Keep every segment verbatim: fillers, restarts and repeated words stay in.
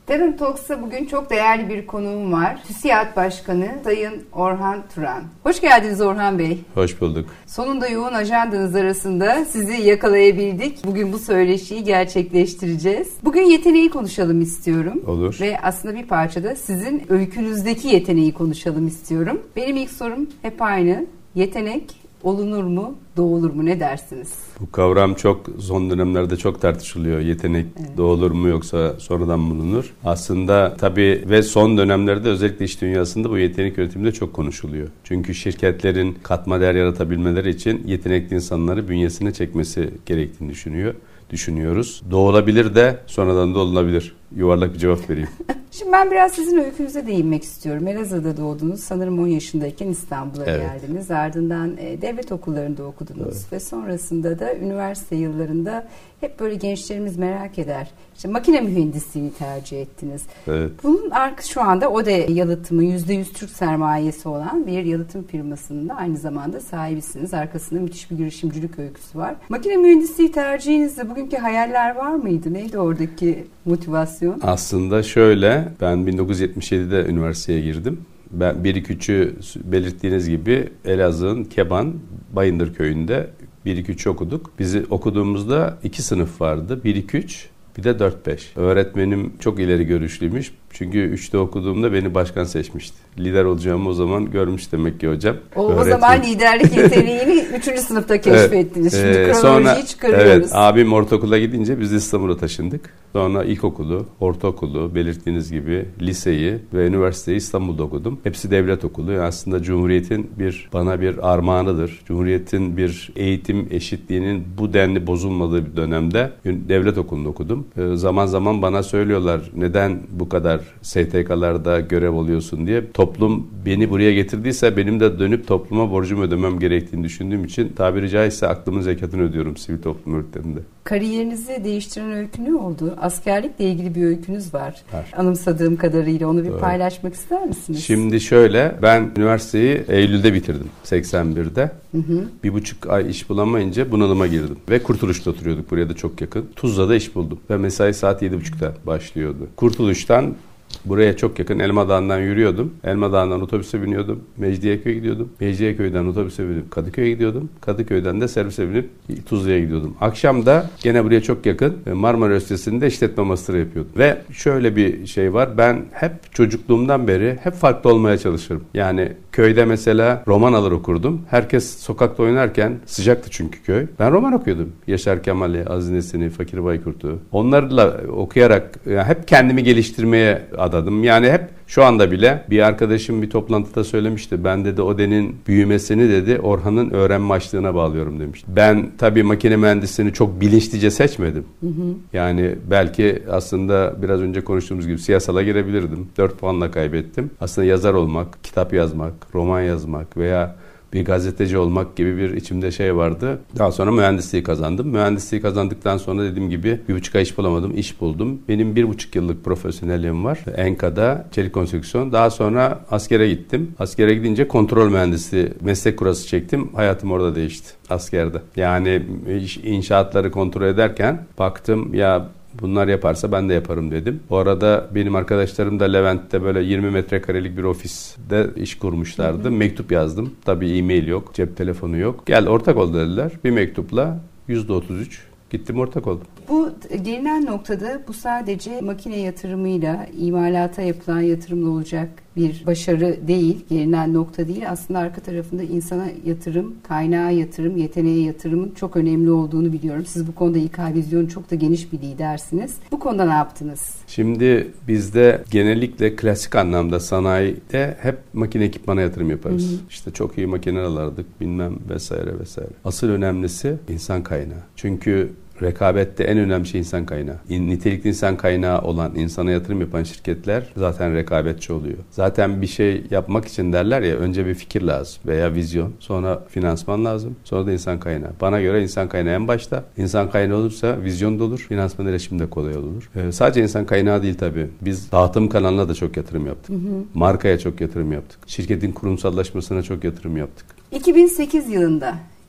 Tarım Talks'ta bugün çok değerli bir konuğum var. TÜSİAD Başkanı Sayın Orhan Turan. Hoş geldiniz Orhan Bey. Hoş bulduk. Sonunda yoğun ajandanız arasında sizi yakalayabildik. Bugün bu söyleşiyi gerçekleştireceğiz. Bugün yeteneği konuşalım istiyorum. Olur. Ve aslında bir parçada sizin öykünüzdeki yeteneği konuşalım istiyorum. Benim ilk sorum hep aynı. Yetenek olunur mu, doğulur mu? Ne dersiniz? Bu kavram çok son dönemlerde çok tartışılıyor. Yetenek evet. doğulur mu yoksa sonradan bulunur? Aslında tabii ve son dönemlerde özellikle iş dünyasında bu yetenek yönetiminde çok konuşuluyor. Çünkü şirketlerin katma değer yaratabilmeleri için yetenekli insanları bünyesine çekmesi gerektiğini düşünüyor. düşünüyoruz. Doğulabilir de sonradan da olunabilir. Yuvarlak bir cevap vereyim. Şimdi ben biraz sizin öykünüze değinmek istiyorum. Elazığ'da doğdunuz. Sanırım on yaşındayken İstanbul'a evet. geldiniz. Ardından e, devlet okullarında okudunuz. Evet. Ve sonrasında da üniversite yıllarında hep böyle gençlerimiz merak eder. İşte makine mühendisliğini tercih ettiniz. Evet. Bunun arkası şu anda ODE Yalıtım'ın yüzde yüz Türk sermayesi olan bir yalıtım firmasının da aynı zamanda sahibisiniz. Arkasında müthiş bir girişimcilik öyküsü var. Makine mühendisliği tercihinizde bugünkü hayaller var mıydı? Neydi oradaki motivasyon? Aslında şöyle, ben bin dokuz yüz yetmiş yedide üniversiteye girdim. Ben bir iki üçü belirttiğiniz gibi Elazığ'ın Keban, Bayındır köyünde bir iki üç okuduk. Bizi okuduğumuzda iki sınıf vardı. bir iki üç bir de dört beş. Öğretmenim çok ileri görüşlüymüş. Çünkü üçte okuduğumda beni başkan seçmişti. Lider olacağımı o zaman görmüş demek ki hocam. O, o zaman liderlik yeteneğini üçüncü sınıfta keşfettiniz. Şimdi ee, kronolojiyi çıkarıyoruz. Evet, abim ortaokula gidince biz de İstanbul'a taşındık. Sonra ilkokulu, ortaokulu, belirttiğiniz gibi liseyi ve üniversiteyi İstanbul'da okudum. Hepsi devlet okulu. Yani aslında Cumhuriyet'in bir bana bir armağanıdır. Cumhuriyet'in bir eğitim eşitliğinin bu denli bozulmadığı bir dönemde devlet okulunda okudum. Ee, zaman zaman bana söylüyorlar neden bu kadar S T K'larda görev oluyorsun diye. Toplum beni buraya getirdiyse benim de dönüp topluma borcumu ödemem gerektiğini düşündüğüm için tabiri caizse aklımın zekatını ödüyorum sivil toplum örgütlerinde. Kariyerinizi değiştiren öykü ne oldu? Askerlikle ilgili bir öykünüz var. var. Anımsadığım kadarıyla onu bir Doğru. paylaşmak ister misiniz? Şimdi şöyle, ben üniversiteyi Eylül'de bitirdim. seksen birde. Hı hı. Bir buçuk ay iş bulamayınca bunalıma girdim. Ve Kurtuluş'ta oturuyorduk. Buraya da çok yakın. Tuzla'da iş buldum. Ve mesai saat yedi buçukta başlıyordu. Kurtuluş'tan buraya çok yakın Elma Dağı'ndan yürüyordum. Elma Dağı'ndan otobüse biniyordum. Mecidiyeköy'e gidiyordum. Mecidiyeköy'den otobüse binip Kadıköy'e gidiyordum. Kadıköy'den de servise binip Tuzla'ya gidiyordum. Akşam da gene buraya çok yakın Marmara Üniversitesi'nde işletme master'ı yapıyordum. Ve şöyle bir şey var. Ben hep çocukluğumdan beri hep farklı olmaya çalışırım. Yani köyde mesela roman alır okurdum. Herkes sokakta oynarken, sıcaktı çünkü köy. Ben roman okuyordum. Yaşar Kemal'i, Aziz Nesin'i, Fakir Baykurt'u. Onlarla okuyarak yani hep kendimi geliştirmeye adadım. Yani hep şu anda bile bir arkadaşım bir toplantıda söylemişti. Ben dedi ODE'nin büyümesini dedi Orhan'ın öğrenme açlığına bağlıyorum demişti. Ben tabii makine mühendisliğini çok bilinçlice seçmedim. Hı hı. Yani belki aslında biraz önce konuştuğumuz gibi siyasala girebilirdim. dört puanla kaybettim. Aslında yazar olmak, kitap yazmak, roman yazmak veya bir gazeteci olmak gibi bir içimde şey vardı. Daha sonra mühendisliği kazandım. Mühendisliği kazandıktan sonra dediğim gibi bir buçuk ay iş bulamadım. İş buldum. Benim bir buçuk yıllık profesyonelliğim var. Enka'da çelik konstrüksiyon. Daha sonra askere gittim. Askere gidince kontrol mühendisliği meslek kurası çektim. Hayatım orada değişti. Askerde. Yani inşaatları kontrol ederken baktım ya bunlar yaparsa ben de yaparım dedim. Bu arada benim arkadaşlarım da Levent'te böyle yirmi metrekarelik bir ofiste iş kurmuşlardı. Hı hı. Mektup yazdım. Tabii e-mail yok, cep telefonu yok. Gel ortak ol dediler. Bir mektupla yüzde otuz üç gittim ortak oldum. Bu gelinen noktada bu sadece makine yatırımıyla, imalata yapılan yatırımla olacak bir başarı değil, gelinen nokta değil. Aslında arka tarafında insana yatırım, kaynağa yatırım, yeteneğe yatırımın çok önemli olduğunu biliyorum. Siz bu konuda İK Vizyonu çok da geniş bir lidersiniz. Bu konuda ne yaptınız? Şimdi bizde genellikle klasik anlamda sanayide hep makine ekipmana yatırım yaparız. Hı hı. İşte çok iyi makineler alırdık bilmem vesaire vesaire. Asıl önemlisi insan kaynağı. Çünkü rekabette en önemli şey insan kaynağı. Nitelikli insan kaynağı olan, insana yatırım yapan şirketler zaten rekabetçi oluyor. Zaten bir şey yapmak için derler ya, önce bir fikir lazım veya vizyon, sonra finansman lazım, sonra da insan kaynağı. Bana göre insan kaynağı en başta. İnsan kaynağı olursa vizyon da olur, finansman erişim de kolay olur. Ee, sadece insan kaynağı değil tabii. Biz dağıtım kanalına da çok yatırım yaptık. Hı hı. Markaya çok yatırım yaptık. Şirketin kurumsallaşmasına çok yatırım yaptık. iki bin sekiz yılında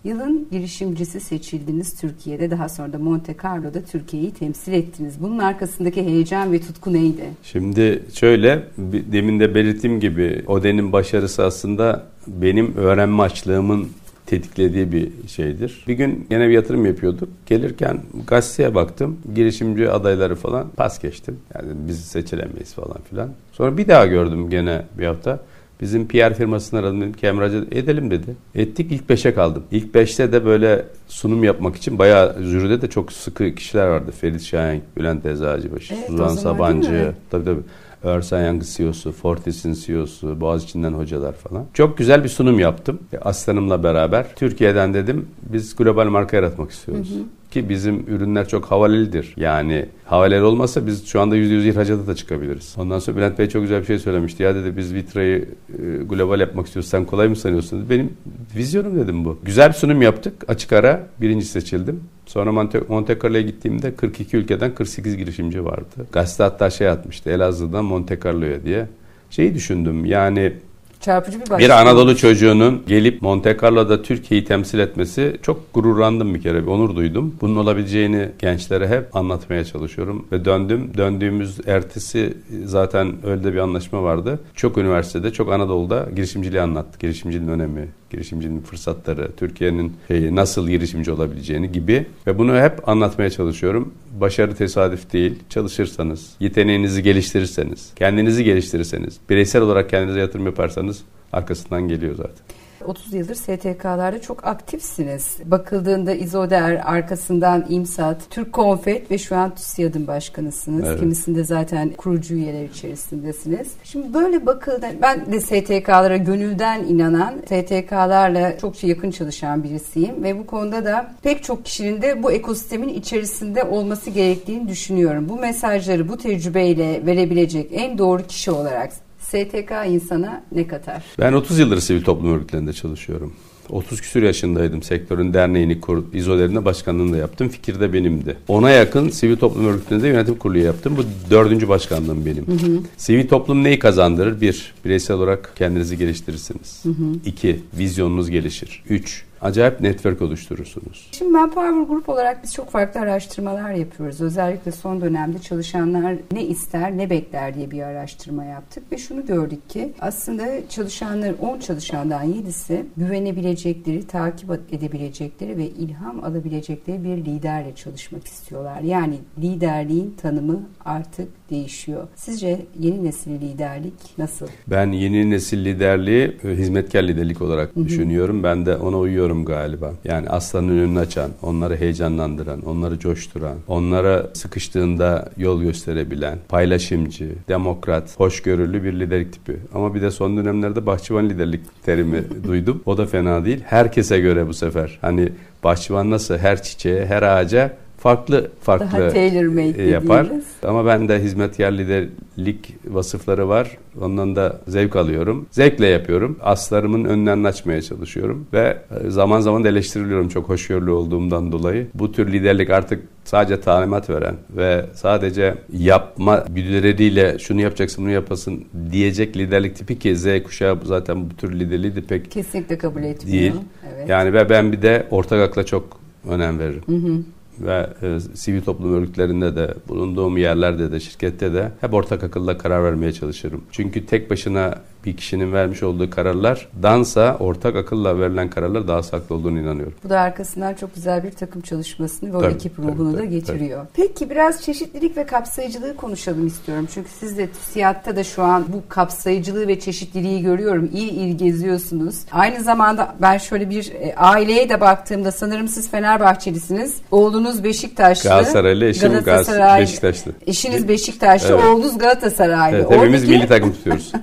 Yılın girişimcisi seçildiniz Türkiye'de. Daha sonra da Monte Carlo'da Türkiye'yi temsil ettiniz. Bunun arkasındaki heyecan ve tutku neydi? Şimdi şöyle, demin de belirttiğim gibi Ode'nin başarısı aslında benim öğrenme açlığımın tetiklediği bir şeydir. Bir gün yine bir yatırım yapıyorduk. Gelirken gazeteye baktım. Girişimci adayları falan pas geçtim. Yani biz seçilemeyiz falan filan. Sonra bir daha gördüm gene bir hafta. Bizim P R firmasını aradım, dedim ki emrac edelim dedi. Ettik, ilk beşe kaldım. İlk beşte de böyle sunum yapmak için bayağı jüride de çok sıkı kişiler vardı. Ferit Şahin, Bülent Eczacıbaşı, evet, Suzan Sabancı, tabii tabii. Örsen Young C E O'su, Fortis'in C E O'su, Boğaziçi'nden hocalar falan. Çok güzel bir sunum yaptım. Aslanımla beraber. Türkiye'den dedim biz global marka yaratmak istiyoruz. Hı hı. Ki bizim ürünler çok havalelidir. Yani havaleli olmasa biz şu anda yüzde yüz ihracata da çıkabiliriz. Ondan sonra Bülent Bey çok güzel bir şey söylemişti. Ya dedi biz Vitra'yı e, global yapmak istiyoruz. Sen kolay mı sanıyorsun dedi. Benim vizyonum dedim bu. Güzel bir sunum yaptık. Açık ara birinci seçildim. Sonra Monte, Monte Carlo'ya gittiğimde kırk iki ülkeden kırk sekiz girişimci vardı. Gazete hatta şey atmıştı. Elazığ'dan Monte Carlo'ya diye. Şeyi düşündüm yani... Çarpıcı bir Bir Anadolu çocuğunun gelip Monte Carlo'da Türkiye'yi temsil etmesi, çok gururlandım bir kere, bir onur duydum. Bunun olabileceğini gençlere hep anlatmaya çalışıyorum ve döndüm. Döndüğümüz ertesi zaten öyle de bir anlaşma vardı. Çok üniversitede, çok Anadolu'da girişimciliği anlattık. Girişimciliğin önemi, girişimciliğin fırsatları, Türkiye'nin şey, nasıl girişimci olabileceğini gibi ve bunu hep anlatmaya çalışıyorum. Başarı tesadüf değil. Çalışırsanız, yeteneğinizi geliştirirseniz, kendinizi geliştirirseniz, bireysel olarak kendinize yatırım yaparsanız arkasından geliyor zaten. otuz yıldır S T K'larda çok aktifsiniz. Bakıldığında İzoder, arkasından İmsat, Türk Konfet ve şu an TÜSİAD'ın başkanısınız. Evet. Kimisinde zaten kurucu üyeler içerisindesiniz. Şimdi böyle bakıldığında ben de S T K'lara gönülden inanan, S T K'larla çok yakın çalışan birisiyim ve bu konuda da pek çok kişinin de bu ekosistemin içerisinde olması gerektiğini düşünüyorum. Bu mesajları bu tecrübeyle verebilecek en doğru kişi olarak S T K insana ne katar? Ben otuz yıldır sivil toplum örgütlerinde çalışıyorum. otuz küsur yaşındaydım. Sektörün derneğini kurup İzoler'inde başkanlığını da yaptım. Fikir de benimdi. Ona yakın sivil toplum örgütlerinde yönetim kurulu yaptım. Bu dördüncü başkanlığım benim. Hı hı. Sivil toplum neyi kazandırır? Bir, bireysel olarak kendinizi geliştirirsiniz. Hı hı. İki, vizyonunuz gelişir. Üç, acayip network oluşturursunuz. Şimdi Manpower Group olarak biz çok farklı araştırmalar yapıyoruz. Özellikle son dönemde çalışanlar ne ister ne bekler diye bir araştırma yaptık ve şunu gördük ki aslında çalışanların on çalışandan yedisi güvenebilecekleri, takip edebilecekleri ve ilham alabilecekleri bir liderle çalışmak istiyorlar. Yani liderliğin tanımı artık değişiyor. Sizce yeni nesil liderlik nasıl? Ben yeni nesil liderliği hizmetkar liderlik olarak Hı-hı. düşünüyorum. Ben de ona uyuyorum galiba. Yani aslanın önünü açan, onları heyecanlandıran, onları coşturan, onlara sıkıştığında yol gösterebilen, paylaşımcı, demokrat, hoşgörülü bir liderlik tipi. Ama bir de son dönemlerde bahçıvan liderlik terimi duydum. O da fena değil. Herkese göre bu sefer. Hani bahçıvan nasıl her çiçeğe, her ağaca farklı farklı yapar. Ama ben de hizmetkar liderlik vasıfları var. Ondan da zevk alıyorum. Zevkle yapıyorum. Aslarımın önlerini açmaya çalışıyorum. Ve zaman zaman da eleştiriliyorum çok hoşgörülü olduğumdan dolayı. Bu tür liderlik artık sadece talimat veren ve sadece yapma güdüleriyle şunu yapacaksın bunu yapasın diyecek liderlik tipi ki Z kuşağı zaten bu tür liderliği de pek kesinlikle kabul etmiyor. Değil. Evet. Yani ve ben bir de ortak akla çok önem veririm. Hı hı. Ve e, sivil toplum örgütlerinde de bulunduğum yerlerde de şirkette de hep ortak akılla karar vermeye çalışırım. Çünkü tek başına bir kişinin vermiş olduğu kararlardansa ortak akılla verilen kararlar daha sağlıklı olduğunu inanıyorum. Bu da arkasından çok güzel bir takım çalışmasını ve o tabii, ekip ruhunu tabii, da getiriyor. Tabii. Peki biraz çeşitlilik ve kapsayıcılığı konuşalım istiyorum. Çünkü siz de TÜSİAD'ta da şu an bu kapsayıcılığı ve çeşitliliği görüyorum. İl il geziyorsunuz. Aynı zamanda ben şöyle bir e, aileye de baktığımda sanırım siz Fenerbahçelisiniz. Oğlunuz Beşiktaşlı. Galatasaraylı, eşim Galatasaray, Beşiktaşlı. Eşiniz Beşiktaşlı, evet. Oğlunuz Galatasaraylı. Evet, hepimiz Oradaki... milli takım tutuyoruz.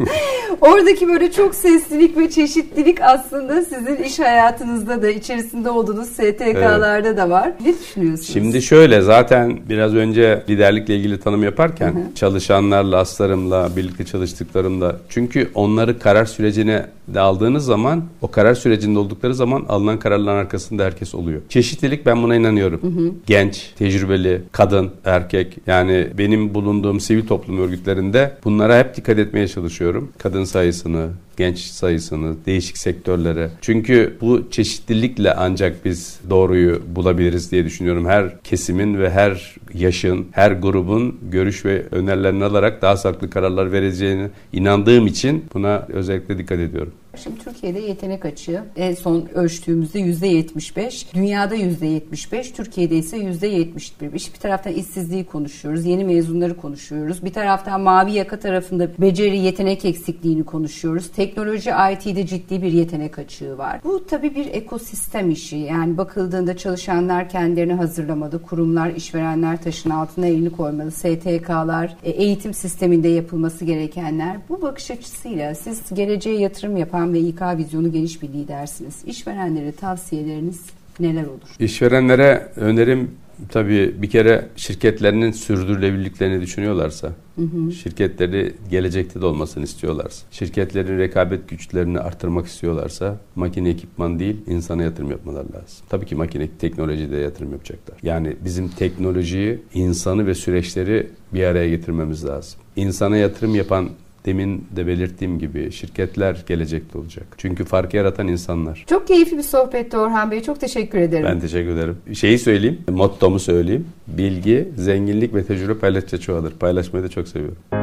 Oradaki böyle çok seslilik ve çeşitlilik aslında sizin iş hayatınızda da içerisinde olduğunuz S T K'larda evet. da var. Ne düşünüyorsunuz? Şimdi şöyle zaten biraz önce liderlikle ilgili tanım yaparken hı hı. çalışanlarla, aslarımla, birlikte çalıştıklarımla çünkü onları karar sürecine de aldığınız zaman o karar sürecinde oldukları zaman alınan kararların arkasında herkes oluyor. Çeşitlilik ben buna inanıyorum. Hı hı. Genç, tecrübeli, kadın, erkek yani benim bulunduğum sivil toplum örgütlerinde bunlara hep dikkat etmeye çalışıyorum. Kadın sayısını, genç sayısını, değişik sektörlere. Çünkü bu çeşitlilikle ancak biz doğruyu bulabiliriz diye düşünüyorum. Her kesimin ve her yaşın, her grubun görüş ve önerilerini alarak daha sağlıklı kararlar vereceğine inandığım için buna özellikle dikkat ediyorum. Şimdi Türkiye'de yetenek açığı en son ölçtüğümüzde yüzde yetmiş beş, dünyada yüzde yetmiş beş, Türkiye'de ise yüzde yetmiş bir. Bir taraftan işsizliği konuşuyoruz, yeni mezunları konuşuyoruz. Bir taraftan mavi yaka tarafında beceri, yetenek eksikliğini konuşuyoruz. Teknoloji, I T'de ciddi bir yetenek açığı var. Bu tabii bir ekosistem işi. Yani bakıldığında çalışanlar kendilerini hazırlamalı, kurumlar, işverenler taşın altına elini koymalı, S T K'lar, eğitim sisteminde yapılması gerekenler. Bu bakış açısıyla siz geleceğe yatırım yapan ve İK vizyonu geniş bir lidersiniz. İşverenlere tavsiyeleriniz neler olur? İşverenlere önerim tabii bir kere şirketlerinin sürdürülebilirliklerini düşünüyorlarsa, hı hı. şirketleri gelecekte de olmasını istiyorlarsa, şirketlerin rekabet güçlerini artırmak istiyorlarsa makine ekipman değil insana yatırım yapmaları lazım. Tabii ki makine teknolojide yatırım yapacaklar. Yani bizim teknolojiyi, insanı ve süreçleri bir araya getirmemiz lazım. İnsana yatırım yapan, demin de belirttiğim gibi şirketler gelecekte olacak. Çünkü farkı yaratan insanlar. Çok keyifli bir sohbetti Orhan Bey. Çok teşekkür ederim. Ben teşekkür ederim. Şeyi söyleyeyim, mottomu söyleyeyim. Bilgi, zenginlik ve tecrübe paylaştıkça çoğalır. Paylaşmayı da çok seviyorum.